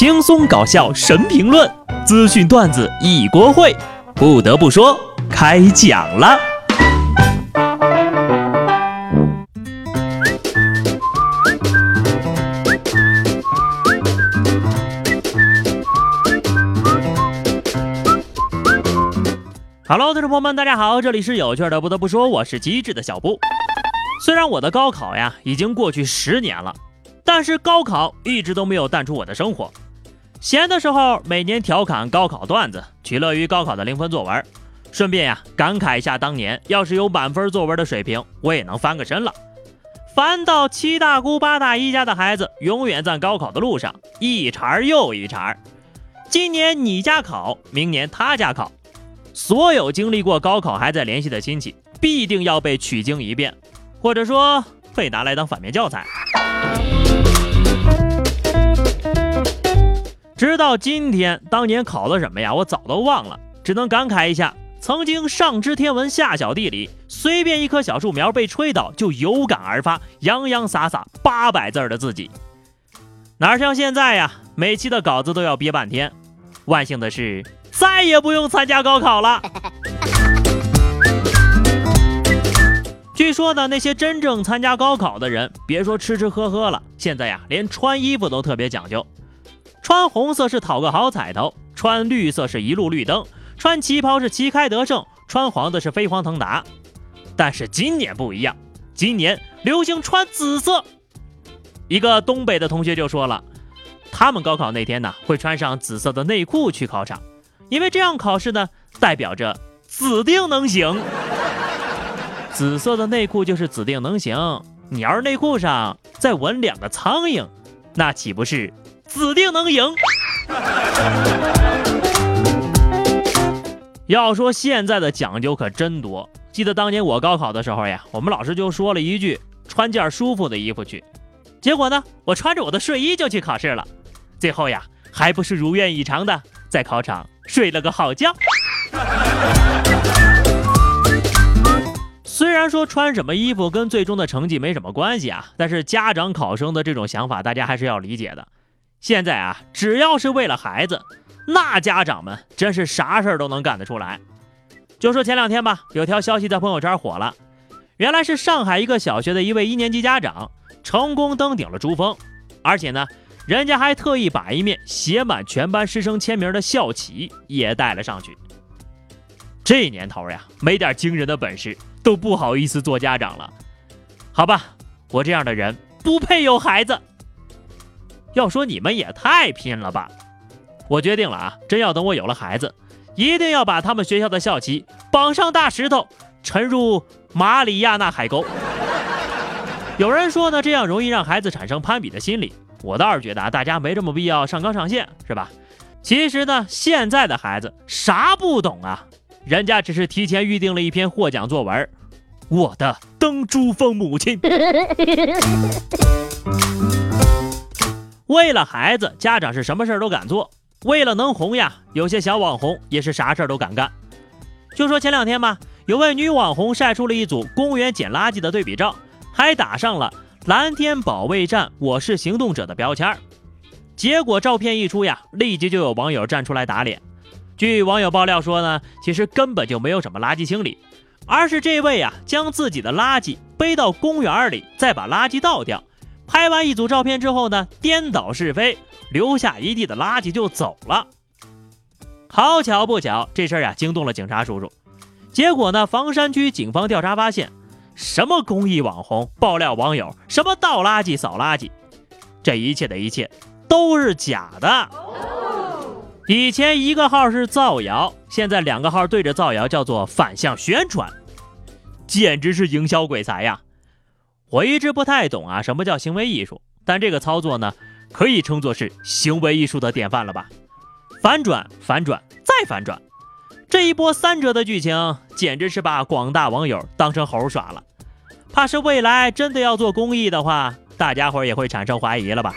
轻松搞笑神评论，资讯段子一锅烩。不得不说，开讲了。Hello， 听众朋友们，大家好，这里是有趣的。不得不说，我是机智的小布。虽然我的高考呀已经过去10年了，但是高考一直都没有淡出我的生活。闲的时候每年调侃高考段子，取乐于高考的0分作文，顺便呀感慨一下当年要是有满分作文的水平，我也能翻个身了。烦到7大姑8大姨家的孩子永远在高考的路上一茬又一茬。今年你家考，明年他家考，所有经历过高考还在联系的亲戚必定要被取经一遍，或者说被拿来当反面教材。直到今天，当年考了什么呀我早都忘了，只能感慨一下，曾经上知天文下晓地理，随便一棵小树苗被吹倒就有感而发，洋洋洒洒800字的自己。哪像现在呀，每期的稿子都要憋半天。万幸的是再也不用参加高考了。据说呢，那些真正参加高考的人，别说吃吃喝喝了，现在呀连穿衣服都特别讲究。穿红色是讨个好彩头，穿绿色是一路绿灯，穿旗袍是旗开得胜，穿黄的是飞黄腾达。但是今年不一样，今年流行穿紫色。一个东北的同学就说了，他们高考那天呢会穿上紫色的内裤去考场，因为这样考试呢代表着指定能行。紫色的内裤就是指定能行，你要是内裤上再纹2个苍蝇，那岂不是指定能赢？要说现在的讲究可真多。记得当年我高考的时候呀，我们老师就说了一句，穿件舒服的衣服去。结果呢，我穿着我的睡衣就去考试了，最后呀还不是如愿以偿的在考场睡了个好觉。虽然说穿什么衣服跟最终的成绩没什么关系啊，但是家长考生的这种想法大家还是要理解的。现在啊，只要是为了孩子，那家长们真是啥事儿都能干得出来。就说前2天吧，有条消息在朋友圈火了，原来是上海一个小学的一位1年级家长成功登顶了珠峰，而且呢，人家还特意把一面写满全班师生签名的校旗也带了上去。这年头呀，没点惊人的本事都不好意思做家长了。好吧，我这样的人不配有孩子。要说你们也太拼了吧！我决定了啊，真要等我有了孩子，一定要把他们学校的校旗绑上大石头，沉入马里亚纳海沟。有人说呢，这样容易让孩子产生攀比的心理，我倒是觉得大家没这么必要上纲上线，是吧？其实呢，现在的孩子啥不懂啊，人家只是提前预定了一篇获奖作文，我的登珠峰母亲。为了孩子，家长是什么事都敢做。为了能红呀，有些小网红也是啥事都敢干。就说前2天吧，有位女网红晒出了一组公园捡垃圾的对比照，还打上了蓝天保卫战我是行动者的标签。结果照片一出呀，立即就有网友站出来打脸。据网友爆料说呢，其实根本就没有什么垃圾清理，而是这位将自己的垃圾背到公园里，再把垃圾倒掉，拍完一组照片之后呢，颠倒是非，留下一地的垃圾就走了。好巧不巧，这事儿惊动了警察叔叔。结果呢，房山区警方调查发现，什么公益网红爆料网友，什么倒垃圾扫垃圾，这一切的一切都是假的。以前一个号是造谣，现在2个号对着造谣叫做反向宣传，简直是营销鬼才呀！我一直不太懂什么叫行为艺术，但这个操作呢，可以称作是行为艺术的典范了吧？反转，反转，再反转，这一波3折的剧情，简直是把广大网友当成猴耍了。怕是未来真的要做公益的话，大家伙也会产生怀疑了吧？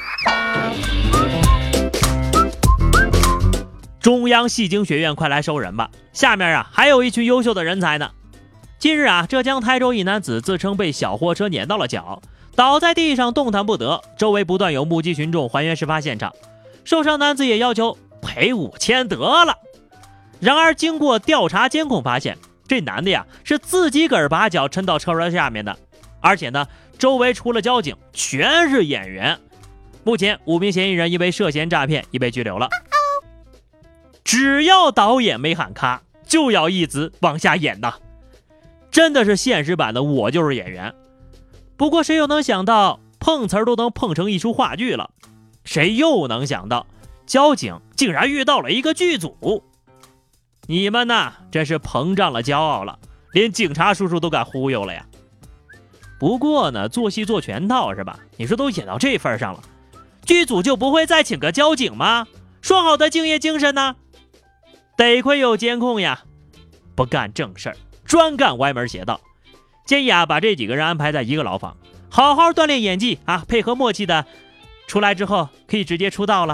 中央戏精学院快来收人吧，下面还有一群优秀的人才呢。近日浙江台州一男子自称被小货车碾到了脚，倒在地上动弹不得，周围不断有目击群众还原事发现场。 受伤男子也要求赔5000得了。然而经过调查监控发现，这男的呀是自己个儿把脚抻到车轮下面的，而且呢周围除了交警全是演员。目前5名嫌疑人因为涉嫌诈骗已被拘留了。只要导演没喊咔，就要一直往下演呐，真的是现实版的我就是演员。不过谁又能想到碰瓷儿都能碰成一出话剧了，谁又能想到交警竟然遇到了一个剧组。你们呐真是膨胀了骄傲了，连警察叔叔都敢忽悠了呀。不过呢做戏做全套是吧，你说都演到这份上了，剧组就不会再请个交警吗？说好的敬业精神呢？得亏有监控呀，不干正事儿专干歪门邪道。建议啊把这几个人安排在一个牢房，好好锻炼演技啊，配合默契的，出来之后可以直接出道了。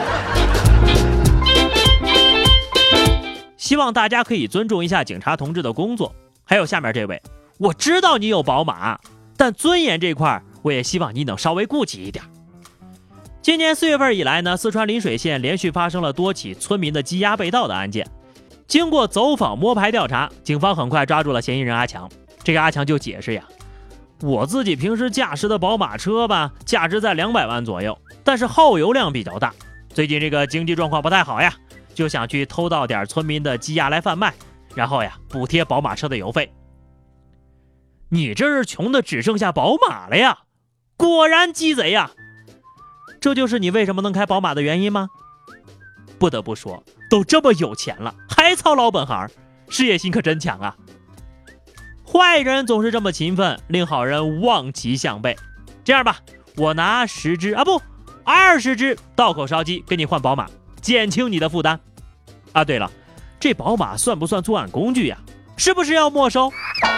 希望大家可以尊重一下警察同志的工作。还有下面这位，我知道你有宝马，但尊严这块我也希望你能稍微顾及一点。今年4月份以来呢，四川邻水县连续发生了多起村民的鸡鸭被盗的案件。经过走访摸排调查，警方很快抓住了嫌疑人阿强。这个阿强就解释呀，我自己平时驾驶的宝马车吧，价值在200万左右，但是耗油量比较大，最近这个经济状况不太好呀，就想去偷盗点村民的鸡鸭来贩卖，然后呀补贴宝马车的油费。你这是穷的只剩下宝马了呀，果然鸡贼呀。这就是你为什么能开宝马的原因吗？不得不说，都这么有钱了还操老本行，事业心可真强啊。坏人总是这么勤奋，令好人望其项背。这样吧，我拿10只啊不20只道口烧鸡给你换宝马，减轻你的负担。啊对了，这宝马算不算作案工具呀？是不是要没收？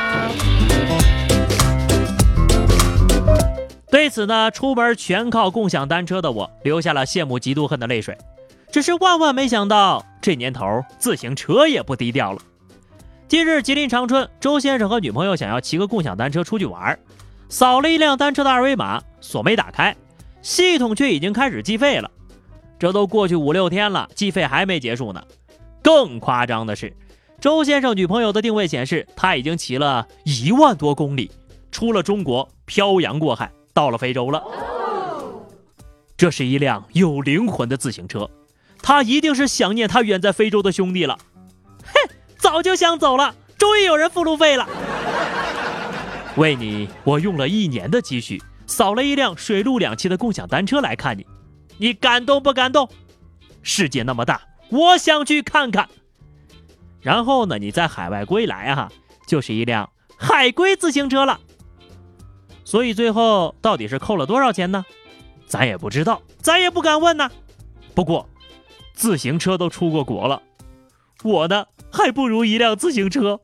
对此呢，出门全靠共享单车的我流下了羡慕嫉妒恨的泪水。只是万万没想到，这年头自行车也不低调了。近日吉林长春，周先生和女朋友想要骑个共享单车出去玩，扫了一辆单车的二维码，锁没打开，系统却已经开始计费了。这都过去5-6天了，计费还没结束呢。更夸张的是，周先生女朋友的定位显示他已经骑了1万多公里，出了中国，漂洋过海到了非洲了。这是一辆有灵魂的自行车，他一定是想念他远在非洲的兄弟了。哼，早就想走了，终于有人付路费了。为你，我用了1年的积蓄，扫了一辆水陆两栖的共享单车来看你，你感动不感动？世界那么大，我想去看看。然后呢，你在海外归来啊，就是一辆海龟自行车了。所以最后到底是扣了多少钱呢？咱也不知道，咱也不敢问呢。不过自行车都出过国了，我呢还不如一辆自行车。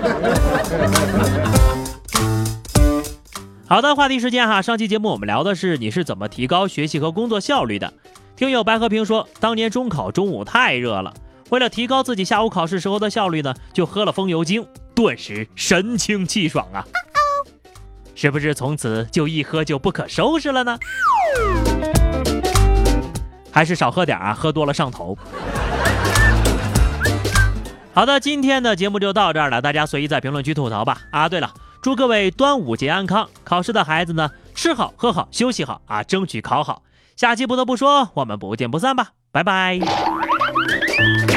好的，话题时间哈，上期节目我们聊的是你是怎么提高学习和工作效率的。听友白和平说，当年中考中午太热了，为了提高自己下午考试时候的效率呢，就喝了风油精，顿时神清气爽啊。是不是从此就一喝就不可收拾了呢？还是少喝点啊，喝多了上头。好的，今天的节目就到这儿了，大家随意在评论区吐槽吧。啊，对了，祝各位端午节安康，考试的孩子呢，吃好喝好休息好啊，争取考好。下期不得不说，我们不见不散吧，拜拜。